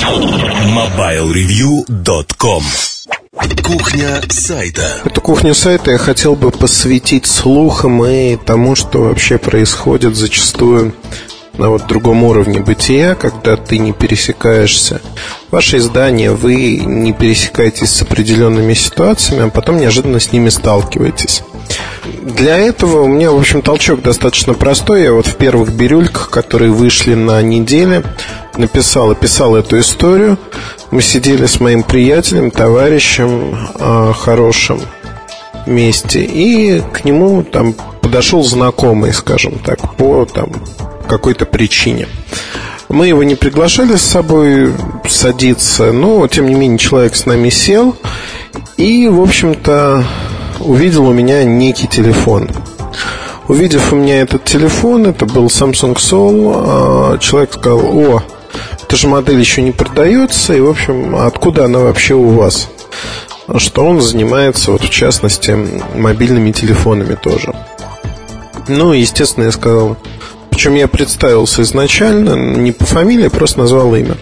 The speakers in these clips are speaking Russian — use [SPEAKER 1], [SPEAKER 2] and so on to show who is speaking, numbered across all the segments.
[SPEAKER 1] MobileReview.com. Кухня сайта.
[SPEAKER 2] Эту кухню сайта я хотел бы посвятить слухам и тому, что вообще происходит зачастую на другом уровне бытия, когда ты не пересекаешься. Ваше издание, вы не пересекаетесь с определенными ситуациями, а потом неожиданно с ними сталкиваетесь. Для этого у меня, в общем, толчок достаточно простой. Я в первых бирюльках, которые вышли на неделе, писал эту историю. Мы сидели с моим приятелем, товарищем хорошим вместе, и к нему подошел знакомый, скажем так, по какой-то причине. Мы его не приглашали с собой садиться, но, тем не менее, человек с нами сел и, в общем-то, увидел у меня некий телефон. Увидев у меня этот телефон, это был Samsung Soul, человек сказал: эта же модель еще не продается, и, в общем, откуда она вообще у вас? Что он занимается, в частности, мобильными телефонами тоже. Естественно, я сказал, причем я представился изначально, не по фамилии, просто назвал имя.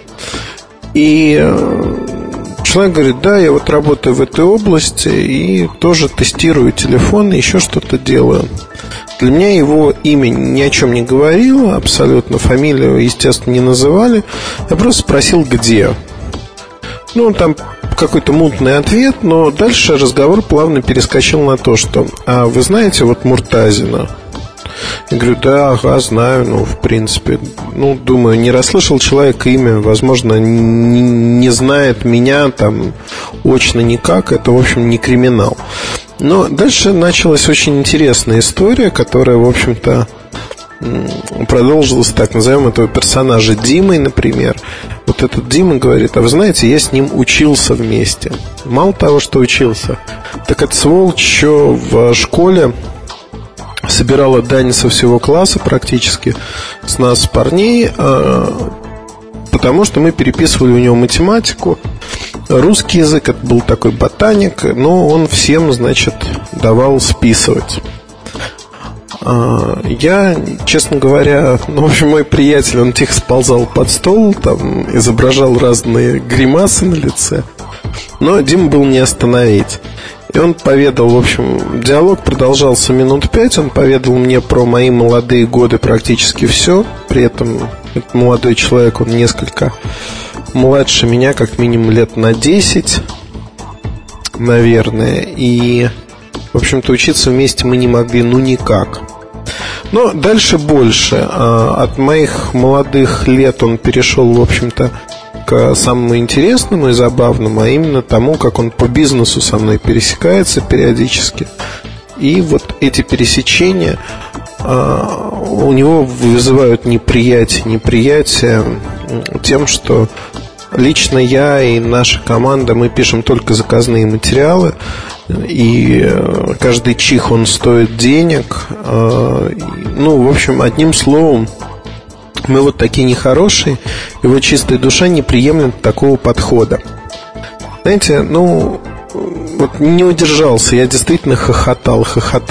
[SPEAKER 2] И человек говорит: да, я работаю в этой области и тоже тестирую телефоны, еще что-то делаю. Для меня его имя ни о чем не говорило, абсолютно, фамилию, естественно, не называли. Я просто спросил, где. Там какой-то мутный ответ, но дальше разговор плавно перескочил на то, что: а вы знаете Муртазина? Я говорю: да, знаю, в принципе. Думаю, не расслышал человек имя, возможно, не знает меня очно никак. Это, в общем, не криминал. Но дальше началась очень интересная история, которая, в общем-то, продолжилась так. Назовем этого персонажа Димой, например. Этот Дима говорит: а вы знаете, я с ним учился вместе. Мало того, что учился, так эта сволочь еще в школе собирала дань со всего класса практически, с нас, парней, потому что мы переписывали у него математику, русский язык. Это был такой ботаник, но он всем, давал списывать. Я, честно говоря, в общем, мой приятель, он тихо сползал под стол, изображал разные гримасы на лице, но Диму было не остановить. И он поведал, в общем, диалог продолжался минут 5. Он поведал мне про мои молодые годы практически все. При этом этот молодой человек, он несколько младше меня, как минимум лет на 10, наверное. И, в общем-то, учиться вместе мы не могли, никак. Но дальше больше. От моих молодых лет он перешел, в общем-то, к самому интересному и забавному, а именно тому, как он по бизнесу со мной пересекается периодически. И эти пересечения у него вызывают неприятие тем, что лично я и наша команда, мы пишем только заказные материалы, и каждый чих, он стоит денег. В общем, одним словом, мы такие нехорошие, его чистая душа не приемлет такого подхода. Знаете, не удержался. Я действительно хохотал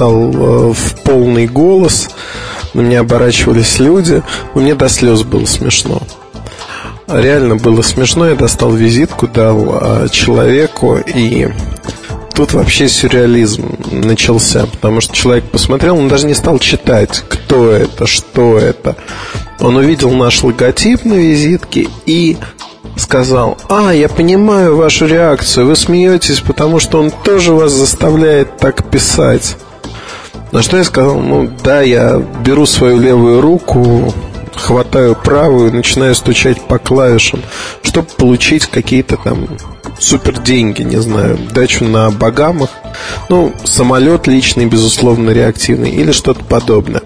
[SPEAKER 2] в полный голос. На меня оборачивались люди. Мне до слез было смешно. Реально было смешно. Я достал визитку, дал человеку, и тут вообще сюрреализм начался. Потому что человек посмотрел, он даже не стал читать, кто это, что это. Он увидел наш логотип на визитке и сказал: я понимаю вашу реакцию, вы смеетесь, потому что он тоже вас заставляет так писать. На что я сказал: да, я беру свою левую руку, хватаю правую и начинаю стучать по клавишам, чтобы получить какие-то супер деньги, не знаю, дачу на Багамах, самолет личный, безусловно, реактивный или что-то подобное.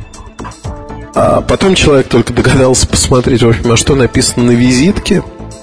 [SPEAKER 2] А потом человек только догадался посмотреть, в общем, что написано на визитке,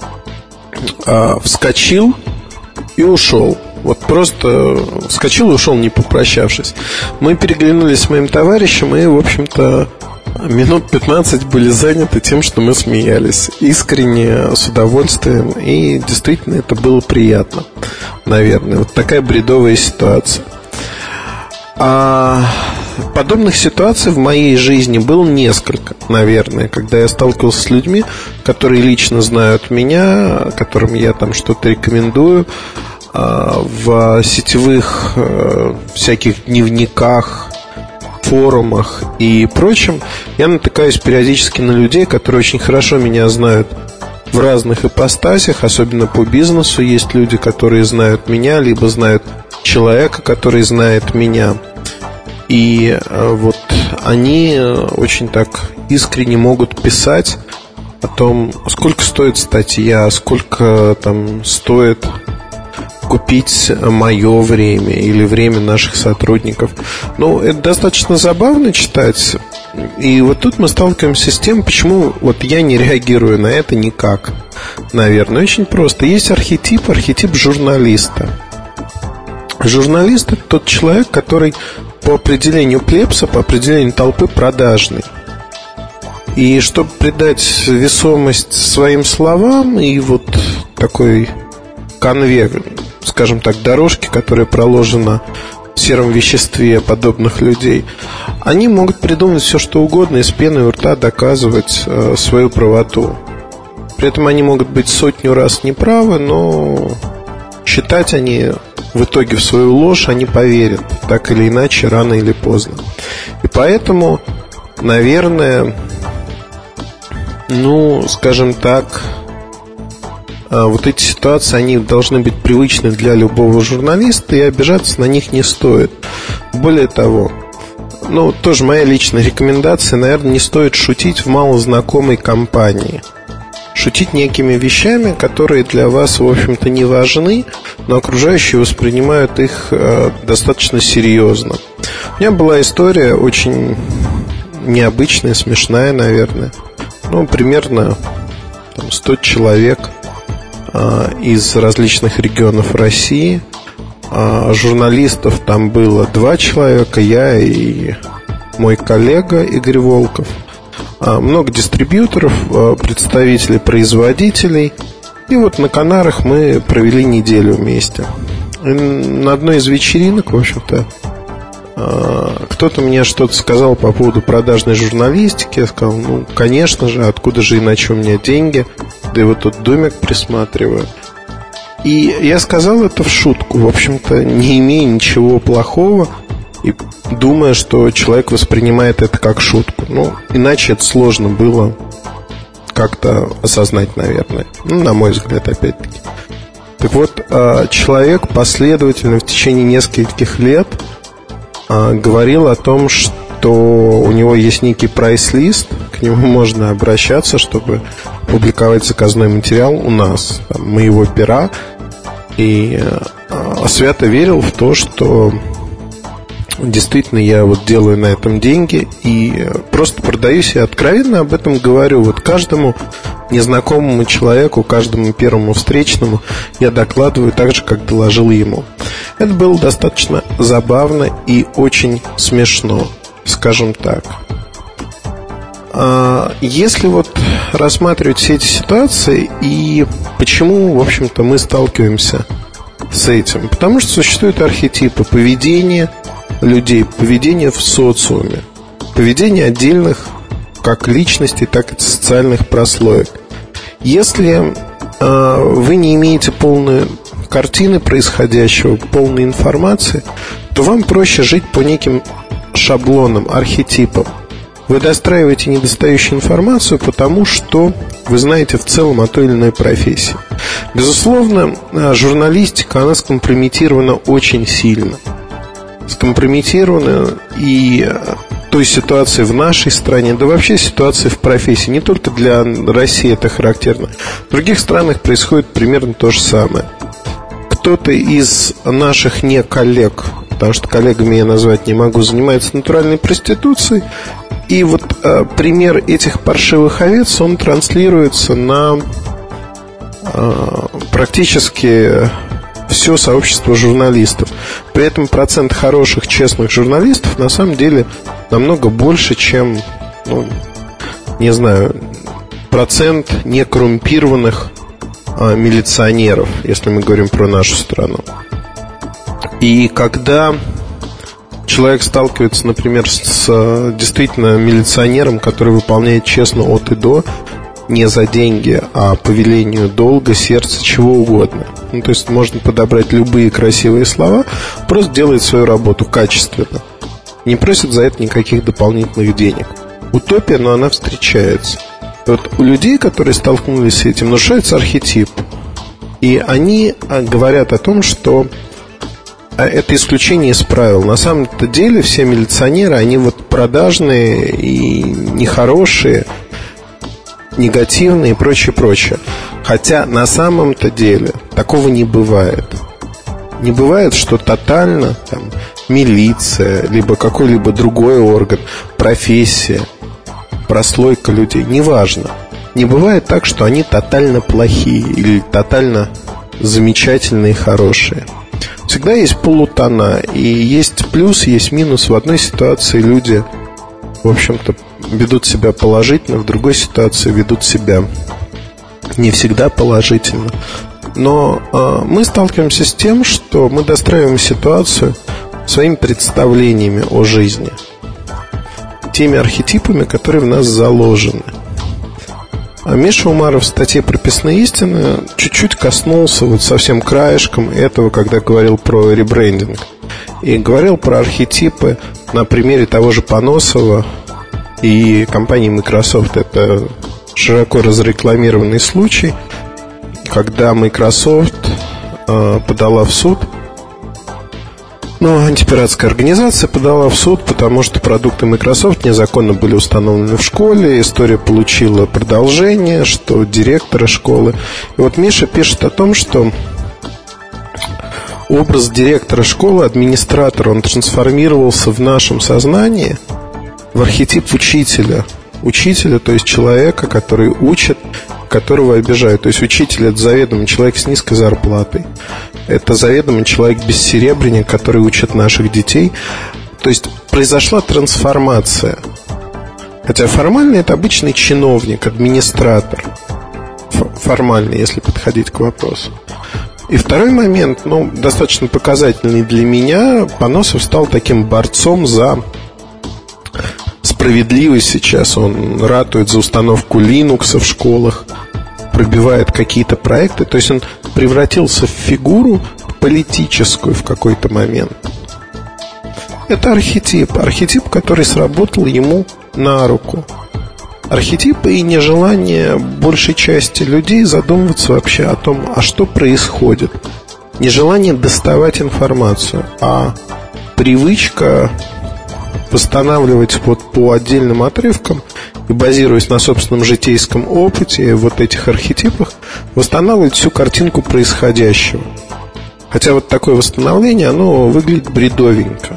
[SPEAKER 2] вскочил и ушел. Просто вскочил и ушел, не попрощавшись. Мы переглянулись с моим товарищем и, в общем-то, минут 15 были заняты тем, что мы смеялись искренне, с удовольствием. И действительно это было приятно, наверное. Такая бредовая ситуация. подобных ситуаций в моей жизни было несколько, наверное, когда я сталкивался с людьми, которые лично знают меня, которым я там что-то рекомендую, в сетевых всяких дневниках, форумах и прочем. Я натыкаюсь периодически на людей, которые очень хорошо меня знают в разных ипостасях, особенно по бизнесу. Есть люди, которые знают меня, либо знают человека, который знает меня. И вот они очень так искренне могут писать о том, сколько стоит статья, сколько там стоит купить мое время или время наших сотрудников. Ну, это достаточно забавно читать. И вот тут мы сталкиваемся с тем, почему вот я не реагирую на это никак. Наверное, очень просто. Есть архетип журналиста. Журналист — это тот человек, который по определению плебса, по определению толпы продажный. И чтобы придать весомость своим словам и вот такой конве, скажем так, дорожки, которая проложена в сером веществе подобных людей, они могут придумать все, что угодно, и с пеной у рта доказывать свою правоту. При этом они могут быть 100 раз неправы, но считать они в итоге в свою ложь они поверят, так или иначе, рано или поздно. И поэтому, наверное, скажем так, вот эти ситуации, они должны быть привычны для любого журналиста, и обижаться на них не стоит. Более того, тоже моя личная рекомендация, наверное, не стоит шутить в малознакомой компании. Шутить некими вещами, которые для вас, в общем-то, не важны, но окружающие воспринимают их достаточно серьезно. У меня была история очень необычная, смешная, наверное. Примерно 100 человек из различных регионов России. Журналистов там было 2 человека, я и мой коллега Игорь Волков. Много дистрибьюторов, представителей производителей. И вот на Канарах мы провели неделю вместе. И на одной из вечеринок, в общем-то, кто-то мне что-то сказал по поводу продажной журналистики. Я сказал, конечно же, откуда же иначе у меня деньги, да и вот тут домик присматриваю. И я сказал это в шутку, в общем-то, не имея ничего плохого, и думая, что человек воспринимает это как шутку. Иначе это сложно было как-то осознать, наверное. На мой взгляд, опять-таки. Так вот, человек последовательно в течение нескольких лет говорил о том, что у него есть некий прайс-лист, к нему можно обращаться, чтобы публиковать заказной материал у нас, моего пера. И свято верил в то, что действительно я вот делаю на этом деньги и просто продаюсь, и откровенно об этом говорю. Вот каждому незнакомому человеку, каждому первому встречному я докладываю так же, как доложил ему. Это было достаточно забавно и очень смешно, скажем так. Если вот рассматривать все эти ситуации, и почему, в общем-то, мы сталкиваемся с этим? Потому что существуют архетипы поведения людей, поведение в социуме, поведение отдельных как личностей, так и социальных прослоек. Если вы не имеете полной картины происходящего, полной информации, то вам проще жить по неким шаблонам, архетипам. Вы достраиваете недостающую информацию, потому что вы знаете в целом о той или иной профессии. Безусловно, журналистика, она скомпрометирована очень сильно. Скомпрометирована и той ситуации в нашей стране, да вообще ситуации в профессии. Не только для России это характерно. В других странах происходит примерно то же самое. Кто-то из наших не коллег, потому что коллегами я назвать не могу, занимается натуральной проституцией. И вот пример этих паршивых овец, он транслируется на практически все сообщество журналистов. При этом процент хороших, честных журналистов на самом деле намного больше, чем, процент некоррумпированных милиционеров, если мы говорим про нашу страну. И когда человек сталкивается, например, с действительно милиционером, который выполняет честно от и до, не за деньги, а по велению долга, сердца, чего угодно. Ну, то есть можно подобрать любые красивые слова, просто делает свою работу качественно, не просит за это никаких дополнительных денег. Утопия, но она встречается. И вот у людей, которые столкнулись с этим, нарушается архетип. И они говорят о том, что это исключение из правил. На самом-то деле все милиционеры, они вот продажные и нехорошие, негативные и прочее. Хотя на самом-то деле такого не бывает. Не бывает, что тотально там, милиция, либо какой-либо другой орган, профессия, прослойка людей, неважно. Не бывает так, что они тотально плохие или тотально замечательные и хорошие. Всегда есть полутона, и есть плюс, есть минус. В одной ситуации люди, в общем-то, ведут себя положительно, в другой ситуации ведут себя не всегда положительно. Но мы сталкиваемся с тем, что мы достраиваем ситуацию своими представлениями о жизни, теми архетипами, которые в нас заложены. А Миша Умаров в статье «Прописные истины» чуть-чуть коснулся вот совсем краешком этого, когда говорил про ребрендинг. И говорил про архетипы на примере того же Поносова и компании Microsoft. Это широко разрекламированный случай, когда Microsoft подала в суд. Антипиратская организация подала в суд, потому что продукты Microsoft незаконно были установлены в школе. История получила продолжение, что директора школы. И вот Миша пишет о том, что образ директора школы, администратора, он трансформировался в нашем сознании в архетип учителя. Учителя, то есть человека, который учит, которого обижают. То есть учитель — это заведомо человек с низкой зарплатой. Это заведомо человек бессеребренник, который учит наших детей. То есть произошла трансформация. Хотя формально это обычный чиновник, администратор. Формально, если подходить к вопросу. И второй момент, достаточно показательный для меня. Поносов стал таким борцом за справедливость сейчас. Он ратует за установку Linux в школах, пробивает какие-то проекты. То есть он превратился в фигуру политическую в какой-то момент. Это архетип, который сработал ему на руку. Архетип и нежелание большей части людей задумываться вообще о том, а что происходит. Нежелание доставать информацию, а привычка восстанавливать вот по отдельным отрывкам и, базируясь на собственном житейском опыте, вот этих архетипах, восстанавливать всю картинку происходящего. Хотя вот такое восстановление, оно выглядит бредовенько.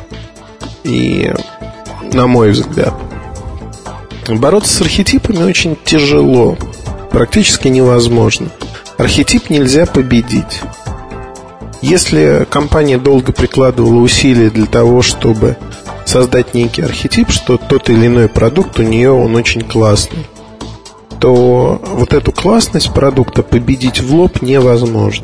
[SPEAKER 2] И, на мой взгляд, бороться с архетипами очень тяжело, практически невозможно. Архетип нельзя победить. Если компания долго прикладывала усилия для того, чтобы создать некий архетип, что тот или иной продукт у нее, он очень классный, то вот эту классность продукта победить в лоб невозможно.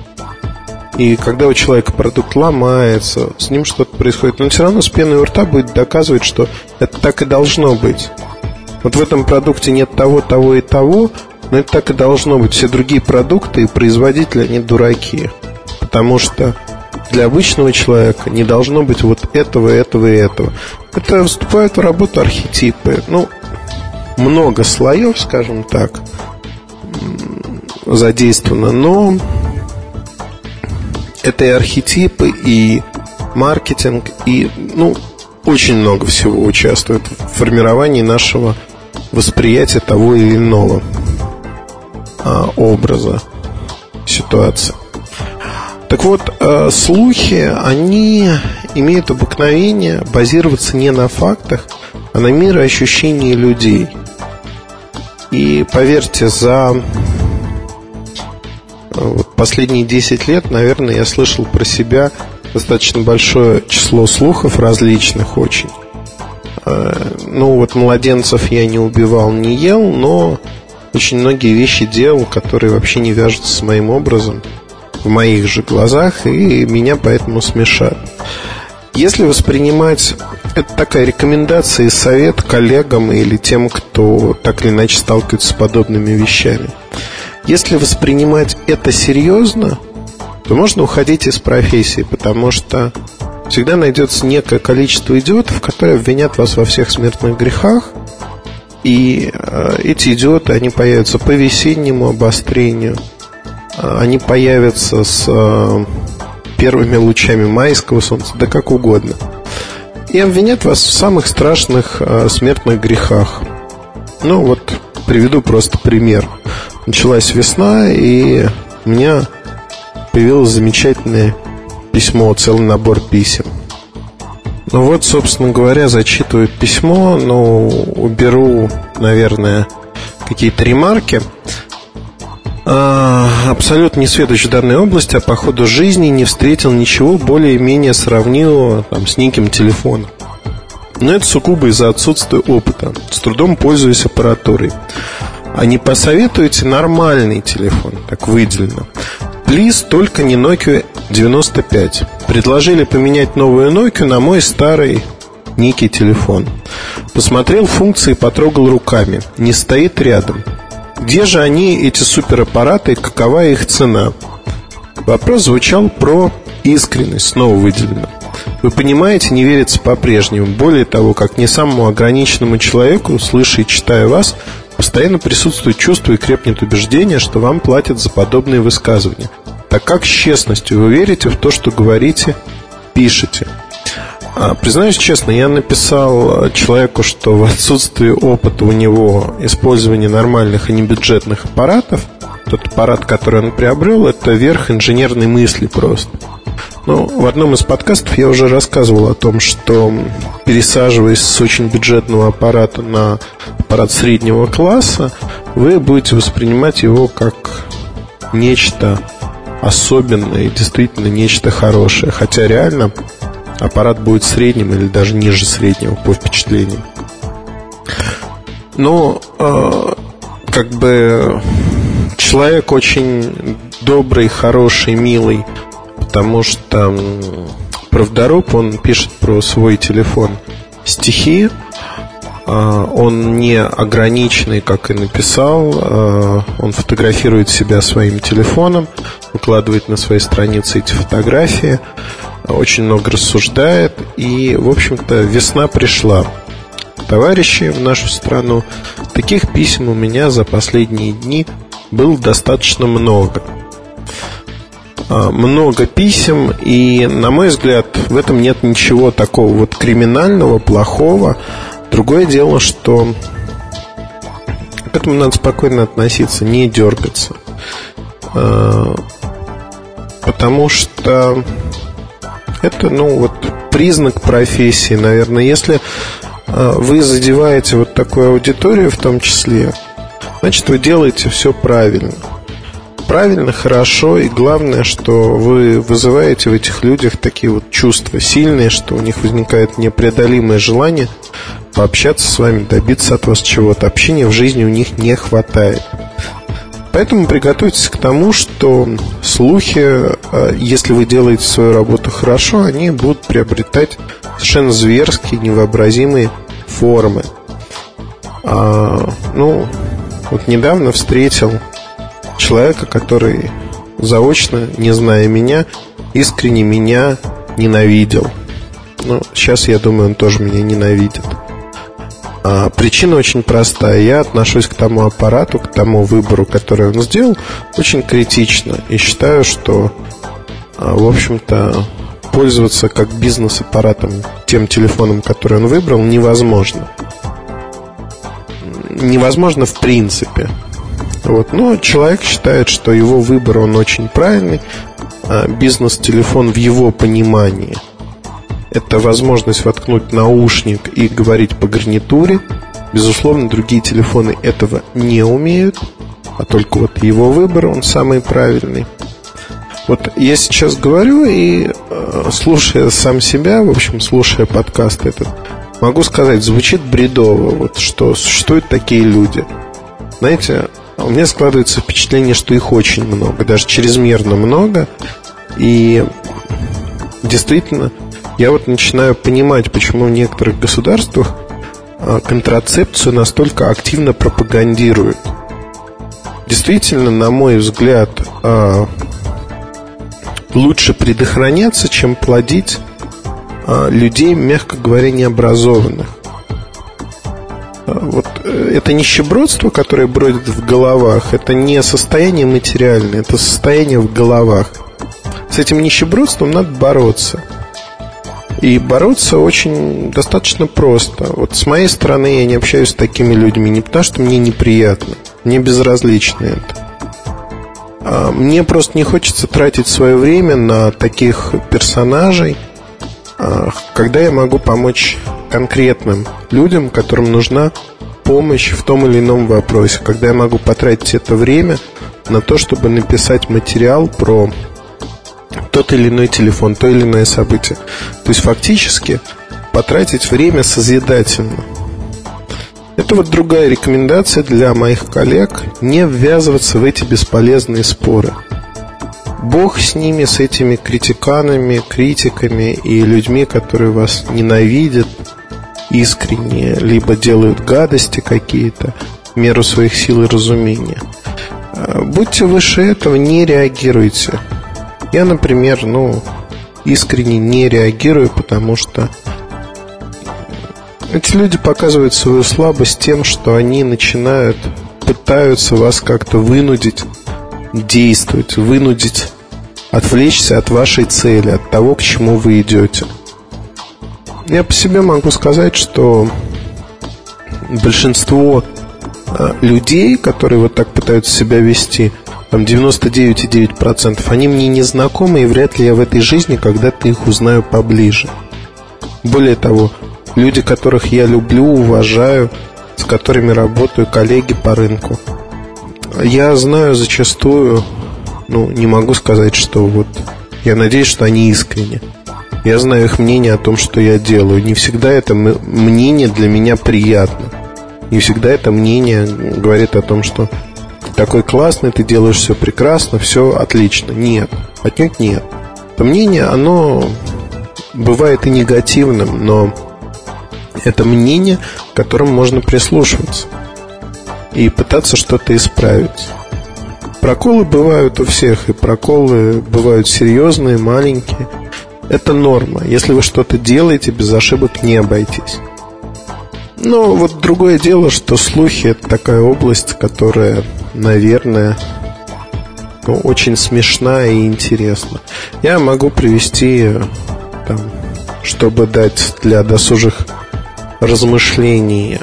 [SPEAKER 2] И когда у человека продукт ломается, с ним что-то происходит, он все равно с пеной у рта будет доказывать, что это так и должно быть. Вот в этом продукте нет того, того и того, но это так и должно быть. Все другие продукты и производители, они дураки. Потому что для обычного человека не должно быть вот этого, этого и этого. Это вступают в работу архетипы. Много слоев, скажем так, задействовано. Но это и архетипы, и маркетинг, и очень много всего участвует в формировании нашего восприятия того или иного образа, ситуации. Так вот, слухи, они имеют обыкновение базироваться не на фактах, а на мироощущении людей. И поверьте, за последние 10 лет, наверное, я слышал про себя достаточно большое число слухов различных очень. Младенцев я не убивал, не ел, но очень многие вещи делал, которые вообще не вяжутся с моим образом в моих же глазах, и меня поэтому смешат. Если воспринимать это такая рекомендация и совет коллегам или тем, кто так или иначе сталкивается с подобными вещами, если воспринимать это серьезно, то можно уходить из профессии, потому что всегда найдется некое количество идиотов, которые обвинят вас во всех смертных грехах. И эти идиоты, они появятся по весеннему обострению, они появятся с первыми лучами майского солнца, да как угодно, и обвинят вас в самых страшных смертных грехах. Ну вот, приведу просто пример. Началась весна, и у меня появилось замечательное письмо, целый набор писем. Ну вот, собственно говоря, зачитываю письмо, уберу, наверное, какие-то ремарки. Абсолютно несведущий в данной области, а по ходу жизни не встретил ничего более-менее сравнимого с неким телефоном. Но это сугубо из-за отсутствия опыта. С трудом пользуюсь аппаратурой. А не посоветуете нормальный телефон, так выделено? Плиз, только не Nokia 95. Предложили поменять новую Nokia на мой старый некий телефон. Посмотрел функции, потрогал руками. Не стоит рядом. Где же они, эти супераппараты, и какова их цена? Вопрос звучал про искренность, снова выделено. Вы понимаете, не верится по-прежнему. Более того, как не самому ограниченному человеку, слыша и читая вас, постоянно присутствует чувство и крепнет убеждение, что вам платят за подобные высказывания. Так как с честностью вы верите в то, что говорите, пишете? Признаюсь честно, я написал человеку, что в отсутствии опыта у него использования нормальных и небюджетных аппаратов, тот аппарат, который он приобрел, это верх инженерной мысли просто. В одном из подкастов я уже рассказывал о том, что, пересаживаясь с очень бюджетного аппарата на аппарат среднего класса, вы будете воспринимать его как нечто особенное и действительно нечто хорошее. Хотя реально аппарат будет средним или даже ниже среднего по впечатлениям. Но человек очень добрый, хороший, милый, потому что правдоруб, он пишет про свой телефон стихи. Он не ограниченный, как и написал. Он фотографирует себя своим телефоном, выкладывает на свои страницы эти фотографии, очень много рассуждает. И, в общем-то, весна пришла, товарищи, в нашу страну. Таких писем у меня за последние дни было достаточно много. Много писем, и, на мой взгляд, в этом нет ничего такого криминального, плохого. Другое дело, что к этому надо спокойно относиться, не дергаться. Потому что это, признак профессии, наверное. Если вы задеваете такую аудиторию в том числе, значит, вы делаете все правильно. Правильно, хорошо, и главное, что вы вызываете в этих людях такие чувства сильные, что у них возникает непреодолимое желание пообщаться с вами, добиться от вас чего-то. Общения в жизни у них не хватает. Поэтому приготовьтесь к тому, что слухи, если вы делаете свою работу хорошо, они будут приобретать совершенно зверские, невообразимые формы. Недавно встретил человека, который заочно, не зная меня, искренне меня ненавидел. Сейчас, я думаю, он тоже меня ненавидит. Причина очень простая. Я отношусь к тому аппарату, к тому выбору, который он сделал, очень критично. И считаю, что, в общем-то, пользоваться как бизнес-аппаратом тем телефоном, который он выбрал, невозможно. Невозможно в принципе. Но человек считает, что его выбор, он очень правильный. Бизнес-телефон в его понимании — это возможность воткнуть наушник и говорить по гарнитуре. Безусловно, другие телефоны этого не умеют, а только его выбор, он самый правильный. Я сейчас говорю и, слушая сам себя, в общем, слушая подкаст этот, могу сказать, звучит бредово, что существуют такие люди. Знаете, у меня складывается впечатление, что их очень много, даже чрезмерно много. И действительно, я вот начинаю понимать, почему в некоторых государствах контрацепцию настолько активно пропагандируют. Действительно, на мой взгляд, лучше предохраняться, чем плодить людей, мягко говоря, необразованных. Вот это нищебродство, которое бродит в головах, это не состояние материальное, это состояние в головах. С этим нищебродством надо бороться. И бороться очень достаточно просто. Вот с моей стороны я не общаюсь с такими людьми не потому, что мне неприятно, мне безразлично это. Мне просто не хочется тратить свое время на таких персонажей, когда я могу помочь конкретным людям, которым нужна помощь в том или ином вопросе, когда я могу потратить это время на то, чтобы написать материал про тот или иной телефон, то или иное событие. То есть фактически потратить время созидательно. Это вот другая рекомендация для моих коллег: не ввязываться в эти бесполезные споры. Бог с ними, с этими критиканами, критиками и людьми, которые вас ненавидят искренне, либо делают гадости какие-то в меру своих сил и разумения. Будьте выше этого, не реагируйте. Я, например, искренне не реагирую, потому что эти люди показывают свою слабость тем, что они пытаются вас как-то вынудить действовать, вынудить отвлечься от вашей цели, от того, к чему вы идете. Я по себе могу сказать, что большинство людей, которые вот так пытаются себя вести, там 99,9%, они мне не знакомы, и вряд ли я в этой жизни когда-то их узнаю поближе. Более того, люди, которых я люблю, уважаю, с которыми работаю, коллеги по рынку, я знаю зачастую, не могу сказать, что вот я надеюсь, что они искренне. Я знаю их мнение о том, что я делаю. Не всегда это мнение для меня приятно. Не всегда это мнение говорит о том, что ты такой классный, ты делаешь все прекрасно, все отлично. Нет, отнюдь нет. Это мнение, оно бывает и негативным, но это мнение, к которому можно прислушиваться и пытаться что-то исправить. Проколы бывают у всех, и проколы бывают серьезные, маленькие. Это норма. Если вы что-то делаете, без ошибок не обойтись. Но вот другое дело, что слухи — это такая область, которая, наверное, очень смешна и интересна. Я могу привести, чтобы дать для досужих размышлений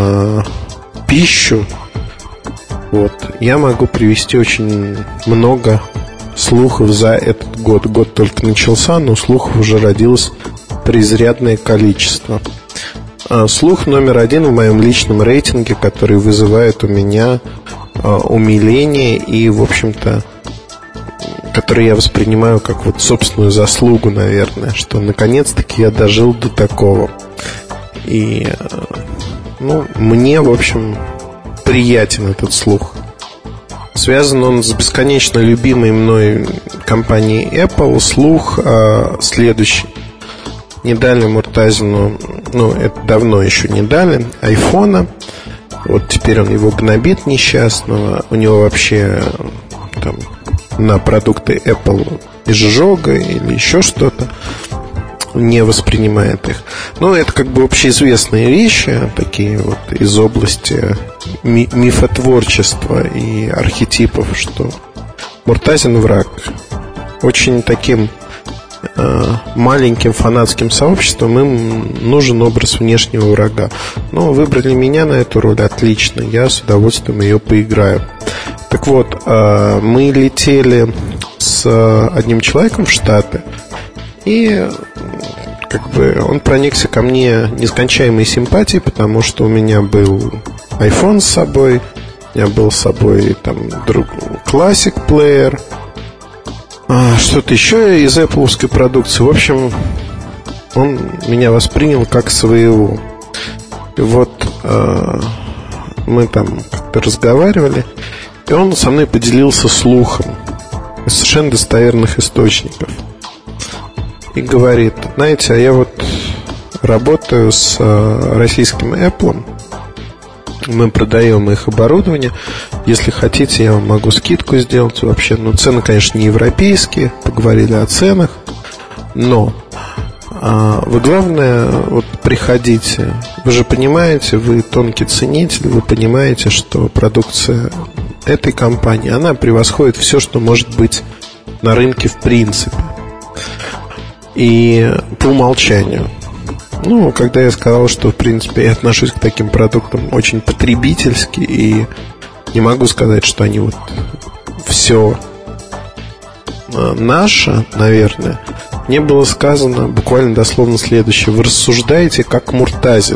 [SPEAKER 2] пищу, я могу привести очень много слухов за этот год. Год только начался, но слухов уже родилось преизрядное количество. Слух номер один в моем личном рейтинге, который вызывает у меня умиление и, в общем-то, который я воспринимаю как собственную заслугу, наверное, что наконец-таки я дожил до такого. И, мне, в общем, приятен этот слух. Связан он с бесконечно любимой мной компанией Apple. Слух следующий. Не дали Муртазину, это давно еще не дали, айфона. Вот теперь он его гнобит несчастного. У него вообще на продукты Apple изжога или еще что-то, не воспринимает их. Но это общеизвестные вещи, такие из области мифотворчества и архетипов, что Муртазин враг. Очень таким маленьким фанатским сообществом им нужен образ внешнего врага. Но выбрали меня на эту роль, отлично, я с удовольствием ее поиграю. Так вот, мы летели с одним человеком в Штаты, и он проникся ко мне нескончаемой симпатией, потому что у меня был iPhone с собой, у меня был с собой Classic Player, что-то еще из Apple-овской продукции. В общем, он меня воспринял как своего. И мы как-то разговаривали, и он со мной поделился слухом из совершенно достоверных источников. и говорит: знаете, а я вот работаю с российским Apple, мы продаем их оборудование, если хотите, я вам могу скидку сделать. Вообще, цены, конечно, не европейские, поговорили о ценах, но вы, главное, вот приходите. Вы же понимаете, вы тонкий ценитель, вы понимаете, что продукция этой компании, она превосходит все, что может быть на рынке в принципе. И по умолчанию. Когда я сказал, что, в принципе, я отношусь к таким продуктам очень потребительски, и не могу сказать, что они вот все наше, наверное, мне было сказано буквально дословно следующее: вы рассуждаете как Муртазин.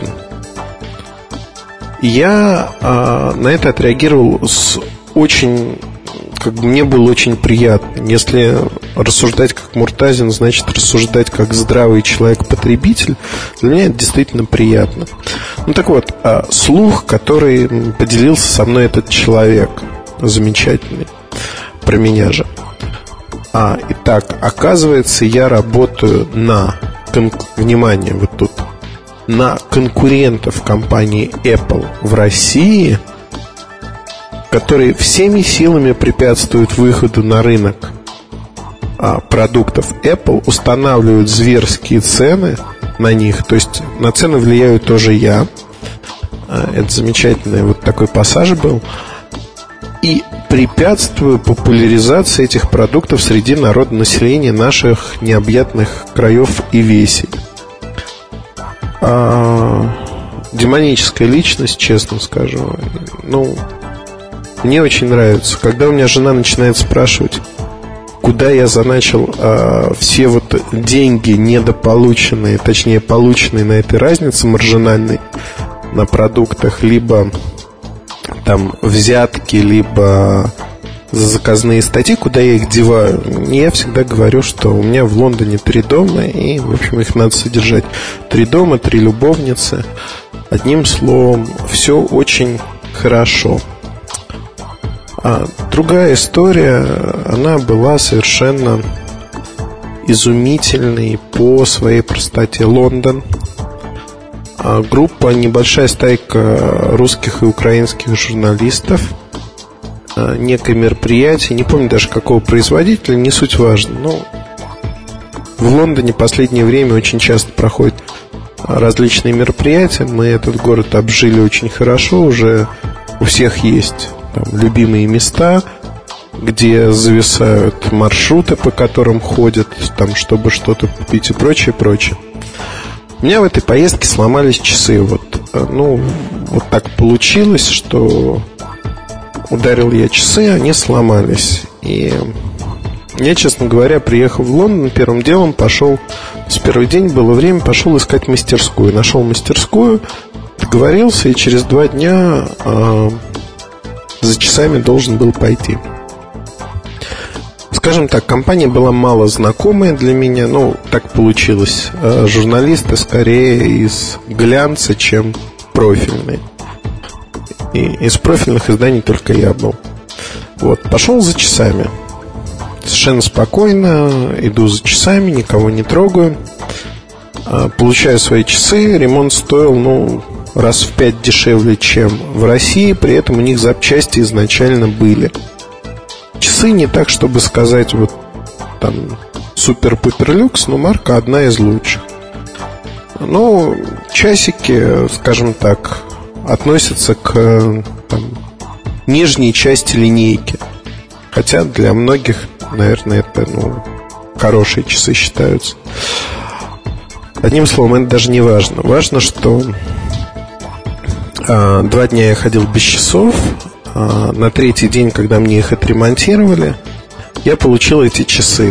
[SPEAKER 2] И я на это отреагировал с очень... мне было очень приятно. Если рассуждать как Муртазин, значит рассуждать как здравый человек-потребитель. Для меня это действительно приятно. Так вот, слух, который поделился со мной этот человек замечательный, про меня же. Итак, оказывается, я работаю внимание, вот тут, на конкурентов компании Apple в России, которые всеми силами препятствуют выходу на рынок продуктов Apple, устанавливают зверские цены на них. То есть на цены влияю тоже я. Это замечательный вот такой пассаж был. И препятствую популяризации этих продуктов среди народонаселения наших необъятных краев и весей. Демоническая личность, честно скажу. Мне очень нравится. Когда у меня жена начинает спрашивать, куда я заначил все вот деньги недополученные, точнее полученные на этой разнице маржинальной на продуктах, либо там взятки, либо за заказные статьи, куда я их деваю, я всегда говорю, что у меня в Лондоне 3 дома, и, в общем, их надо содержать. 3 дома, 3 любовницы. Одним словом, все очень хорошо. Другая история, она была совершенно изумительной по своей простоте. Лондон. Группа, небольшая стайка русских и украинских журналистов. Некое мероприятие, не помню даже какого производителя, не суть важно. Но в Лондоне в последнее время очень часто проходят различные мероприятия. Мы этот город обжили очень хорошо. Уже у всех есть там любимые места, где зависают маршруты, по которым ходят, там, чтобы что-то купить и прочее, прочее. У меня в этой поездке сломались часы. Вот так получилось, что ударил я часы, они сломались. И я, честно говоря, приехав в Лондон, первым делом пошел, с первый день было время, пошел искать мастерскую. Нашел мастерскую, договорился, и через 2 дня за часами должен был пойти. Скажем так, компания была мало знакомая для меня. Так получилось. Журналисты скорее из глянца, чем профильные. И из профильных изданий только я был. Пошел за часами. Совершенно спокойно иду за часами, никого не трогаю. Получаю свои часы. Ремонт стоил, раз в 5 дешевле, чем в России. При этом у них запчасти изначально были. Часы не так, чтобы сказать, супер-пупер люкс, но марка одна из лучших. Часики, скажем так, относятся к нижней части линейки. Хотя для многих, наверное, это хорошие часы считаются. Одним словом, это даже не важно. Важно, что 2 дня я ходил без часов. На 3-й день, когда мне их отремонтировали, я получил эти часы.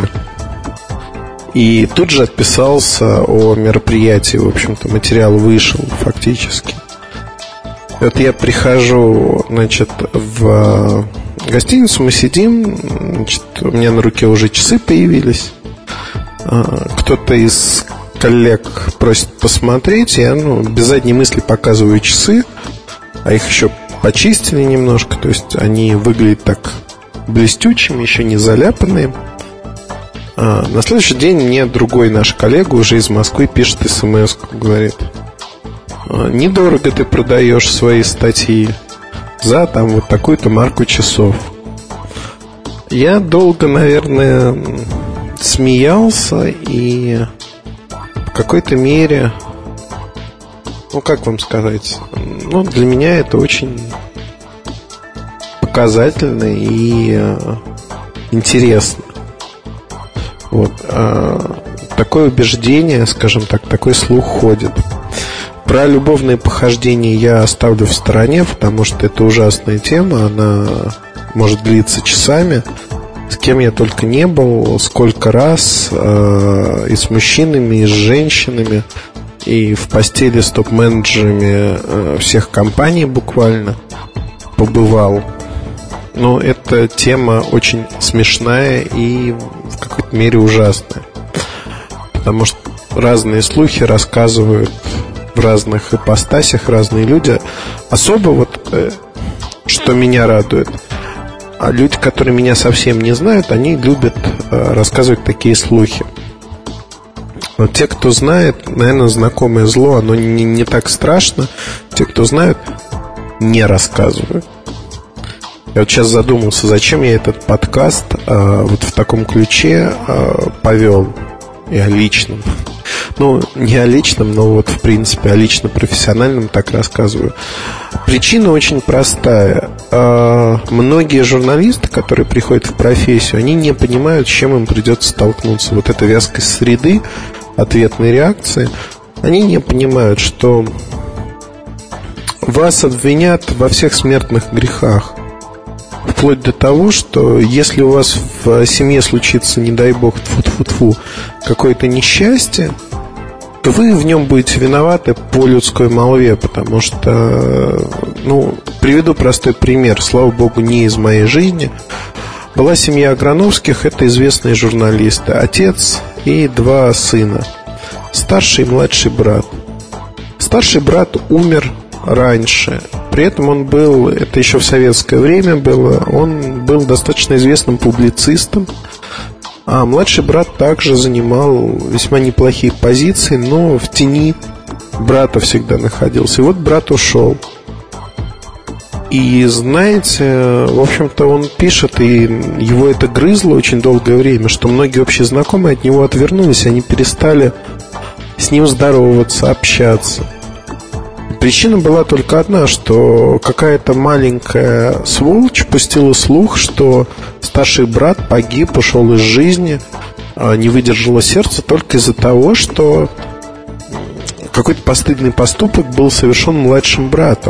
[SPEAKER 2] И тут же отписался о мероприятии. В общем-то, материал вышел фактически. Я прихожу, в гостиницу, мы сидим, у меня на руке уже часы появились. Кто-то из коллег просит посмотреть. Я, без задней мысли показываю часы, а их еще почистили немножко, то есть они выглядят так блестючими, еще не заляпанные. На следующий день мне другой наш коллега уже из Москвы пишет смс-ку, говорит: недорого ты продаешь свои статьи за там вот такую-то марку часов. Я долго, наверное, смеялся и в какой-то мере, ну как вам сказать, ну для меня это очень показательно и интересно. Вот. Такое убеждение, скажем так, такой слух ходит. Про любовные похождения я оставлю в стороне, потому что это ужасная тема. Она может длиться часами. С кем я только не был, сколько раз, и с мужчинами, и с женщинами, и в постели с топ-менеджерами всех компаний буквально побывал. Но эта тема очень смешная и в какой-то мере ужасная, потому что разные слухи рассказывают в разных ипостасях разные люди. Особо вот, что меня радует, а люди, которые меня совсем не знают, они любят рассказывать такие слухи. Но те, кто знает, наверное, знакомое зло, оно не так страшно. Те, кто знают, не рассказывают. Я вот сейчас задумался, зачем я этот подкаст вот в таком ключе повел. И о личном. Ну, не о личном, но вот в принципе о лично-профессиональном так рассказываю. Причина очень простая. Многие журналисты, которые приходят в профессию, они не понимают, с чем им придется столкнуться. Вот эта вязкость среды, ответной реакции. Они не понимают, что вас обвинят во всех смертных грехах. Вплоть до того, что если у вас в семье случится, не дай бог, тьфу-тьфу-тьфу, какое-то несчастье, то вы в нем будете виноваты по людской молве. Потому что, приведу простой пример, слава богу, не из моей жизни. Была семья Аграновских, это известные журналисты. Отец и 2 сына, старший и младший брат. Старший брат умер раньше. При этом он был, это еще в советское время было, он был достаточно известным публицистом. А младший брат также занимал весьма неплохие позиции, но в тени брата всегда находился. И вот брат ушел. И знаете, в общем-то, он пишет, и его это грызло очень долгое время, что многие общие знакомые от него отвернулись, они перестали с ним здороваться, общаться. Причина была только одна, что какая-то маленькая сволочь пустила слух, что старший брат погиб, ушел из жизни, не выдержало сердце только из-за того, что какой-то постыдный поступок был совершен младшим братом.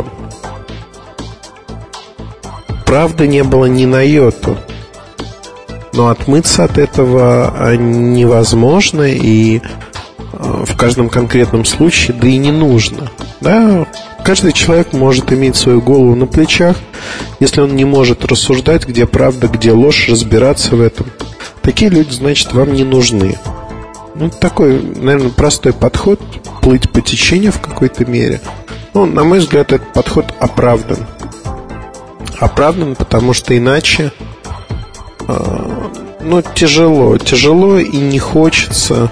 [SPEAKER 2] Правды не было ни на йоту. Но отмыться от этого невозможно, и в каждом конкретном случае, да и не нужно. Да, каждый человек может иметь свою голову на плечах. Если он не может рассуждать, где правда, где ложь, разбираться в этом, такие люди, значит, вам не нужны. Такой, наверное, простой подход, плыть по течению в какой-то мере. На мой взгляд, этот подход оправдан. Оправдан, потому что иначе тяжело и не хочется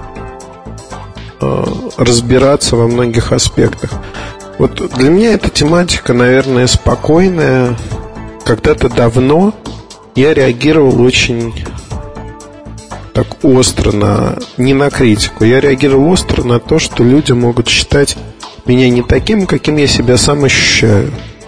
[SPEAKER 2] разбираться во многих аспектах. Вот для меня эта тематика, наверное, спокойная. Когда-то давно я реагировал очень так остро не на критику. Я реагировал остро на то, что люди могут считать меня не таким, каким я себя сам ощущаю.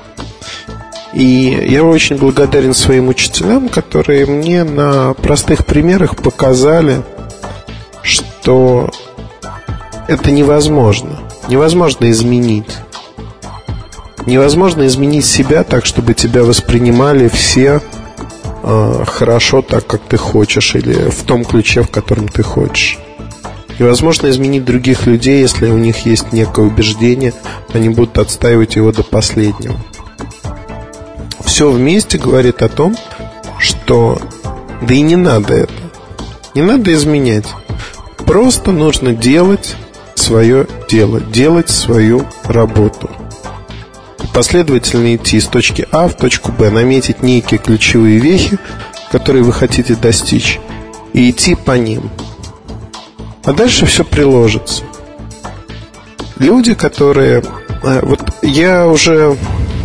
[SPEAKER 2] И я очень благодарен своим учителям, которые мне на простых примерах показали, что это невозможно. Невозможно изменить. Невозможно изменить себя так, чтобы тебя воспринимали все хорошо, так, как ты хочешь, или в том ключе, в котором ты хочешь. Невозможно изменить других людей, если у них есть некое убеждение, они будут отстаивать его до последнего. Все вместе говорит о том, что да и не надо это. Не надо изменять. Просто нужно делать свое дело, делать свою работу. Последовательно идти из точки А в точку Б, наметить некие ключевые вехи, которые вы хотите достичь, и идти по ним. А дальше все приложится. Люди, которые... Вот я уже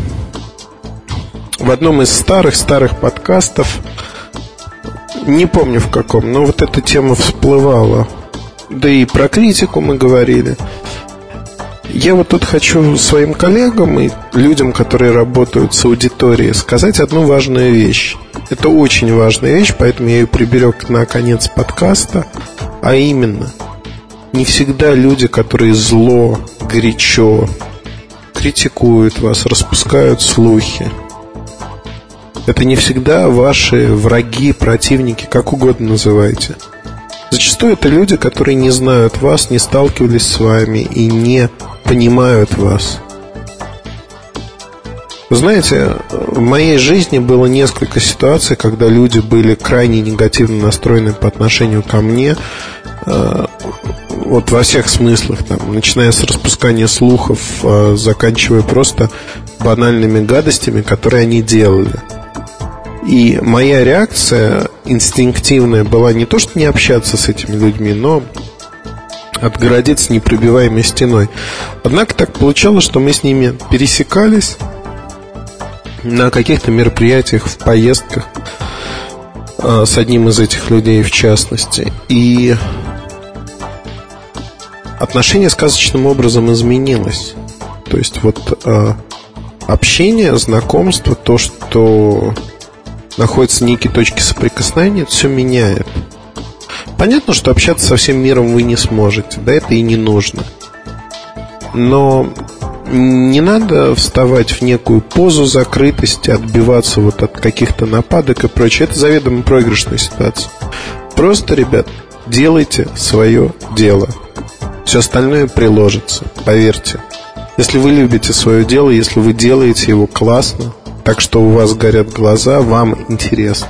[SPEAKER 2] в одном из старых подкастов, не помню в каком, но вот эта тема всплывала. Да и про критику мы говорили. Я вот тут хочу своим коллегам и людям, которые работают с аудиторией, сказать одну важную вещь. Это очень важная вещь, поэтому я ее приберег на конец подкаста. А именно, не всегда люди, которые зло, горячо критикуют вас, распускают слухи, это не всегда ваши враги, противники, как угодно называйте. Зачастую это люди, которые не знают вас, не сталкивались с вами и не понимают вас. Вы знаете, в моей жизни было несколько ситуаций, когда люди были крайне негативно настроены по отношению ко мне, вот во всех смыслах, там, начиная с распускания слухов, заканчивая просто банальными гадостями, которые они делали. И моя реакция инстинктивная была не то, что не общаться с этими людьми, но отгородиться непробиваемой стеной. Однако так получалось, что мы с ними пересекались на каких-то мероприятиях, в поездках, с одним из этих людей в частности. И отношение сказочным образом изменилось. То есть вот общение, знакомство, то, что находятся некие точки соприкосновения, это все меняет. Понятно, что общаться со всем миром вы не сможете, да, это и не нужно. Но не надо вставать в некую позу закрытости, отбиваться вот от каких-то нападок и прочее. Это заведомо проигрышная ситуация. Просто, ребят, делайте свое дело. Все остальное приложится, поверьте. Если вы любите свое дело, если вы делаете его классно, так что у вас горят глаза, вам интересно,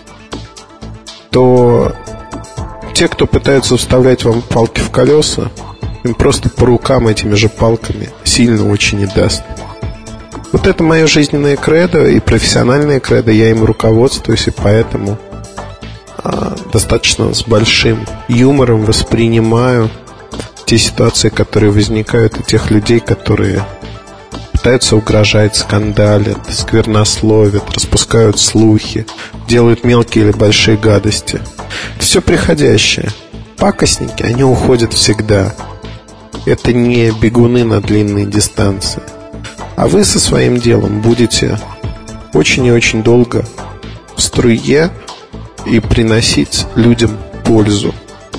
[SPEAKER 2] то те, кто пытаются вставлять вам палки в колеса, им просто по рукам этими же палками сильно очень не даст. Вот это мое жизненное кредо и профессиональное кредо, я им руководствуюсь, и поэтому достаточно с большим юмором воспринимаю те ситуации, которые возникают, и тех людей, которые пытаются угрожать, скандалят, сквернословят, распускают слухи, делают мелкие или большие гадости. Это все приходящее. Пакостники, они уходят всегда. Это не бегуны на длинные дистанции. А вы со своим делом будете очень и очень долго в струе и приносить людям пользу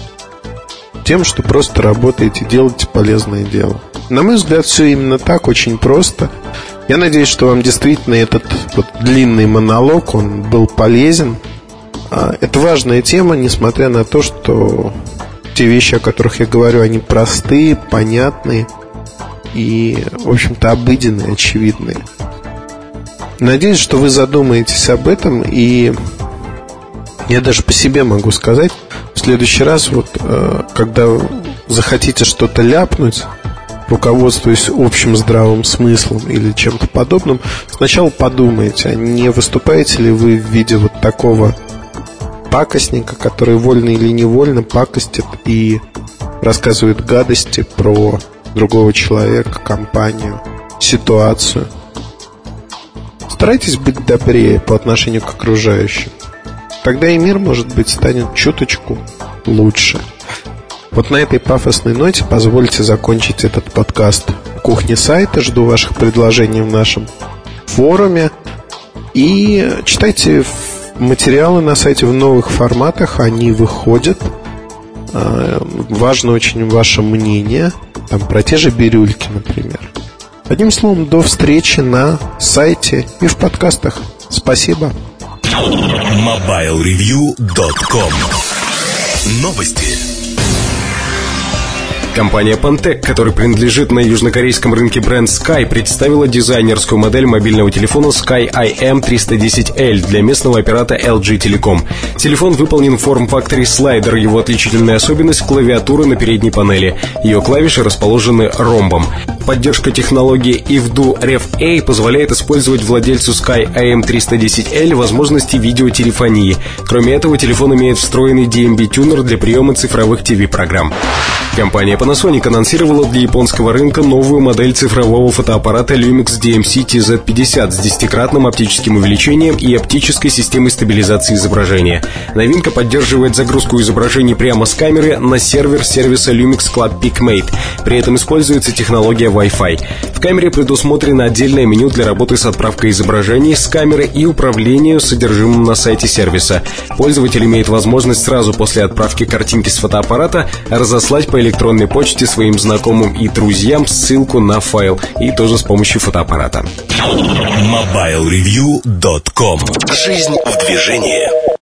[SPEAKER 2] тем, что просто работаете, делаете полезное дело. На мой взгляд, все именно так, очень просто. Я надеюсь, что вам действительно этот вот длинный монолог, он был полезен. Это важная тема, несмотря на то, что те вещи, о которых я говорю, они простые, понятные и, в общем-то, обыденные, очевидные. Надеюсь, что вы задумаетесь об этом. И я даже по себе могу сказать, в следующий раз, вот, когда захотите что-то ляпнуть, руководствуясь общим здравым смыслом или чем-то подобным, сначала подумайте, а не выступаете ли вы в виде вот такого пакостника, который вольно или невольно пакостит и рассказывает гадости про другого человека, компанию, ситуацию. Старайтесь быть добрее по отношению к окружающим. Тогда и мир, может быть, станет чуточку лучше. Вот на этой пафосной ноте позвольте закончить этот подкаст «Кухня сайта». Жду ваших предложений в нашем форуме. И читайте материалы на сайте в новых форматах. Они выходят. Важно очень ваше мнение. Там про те же бирюльки, например. Одним словом, до встречи на сайте и в подкастах. Спасибо.
[SPEAKER 1] MobileReview.com. Новости.
[SPEAKER 3] Компания Pantec, которой принадлежит на южнокорейском рынке бренд Sky, представила дизайнерскую модель мобильного телефона Sky IM310L для местного оператора LG Telecom. Телефон выполнен в форм-факторе слайдер. Его отличительная особенность — клавиатура на передней панели. Ее клавиши расположены ромбом. поддержка технологии IFDU Ref-A позволяет использовать владельцу Sky AM310L возможности видеотелефонии. Кроме этого, телефон имеет встроенный DMB-тюнер для приема цифровых TV-программ. Компания Panasonic анонсировала для японского рынка новую модель цифрового фотоаппарата Lumix DMC TZ50 с 10-кратным оптическим увеличением и оптической системой стабилизации изображения. Новинка поддерживает загрузку изображений прямо с камеры на сервер сервиса Lumix Club PicMate. При этом используется технология Wi-Fi. В камере предусмотрено отдельное меню для работы с отправкой изображений с камеры и управлению содержимым на сайте сервиса. Пользователь имеет возможность сразу после отправки картинки с фотоаппарата разослать по электронной почте своим знакомым и друзьям ссылку на файл, и тоже с помощью фотоаппарата.
[SPEAKER 1] MobileReview.com. Жизнь в движении.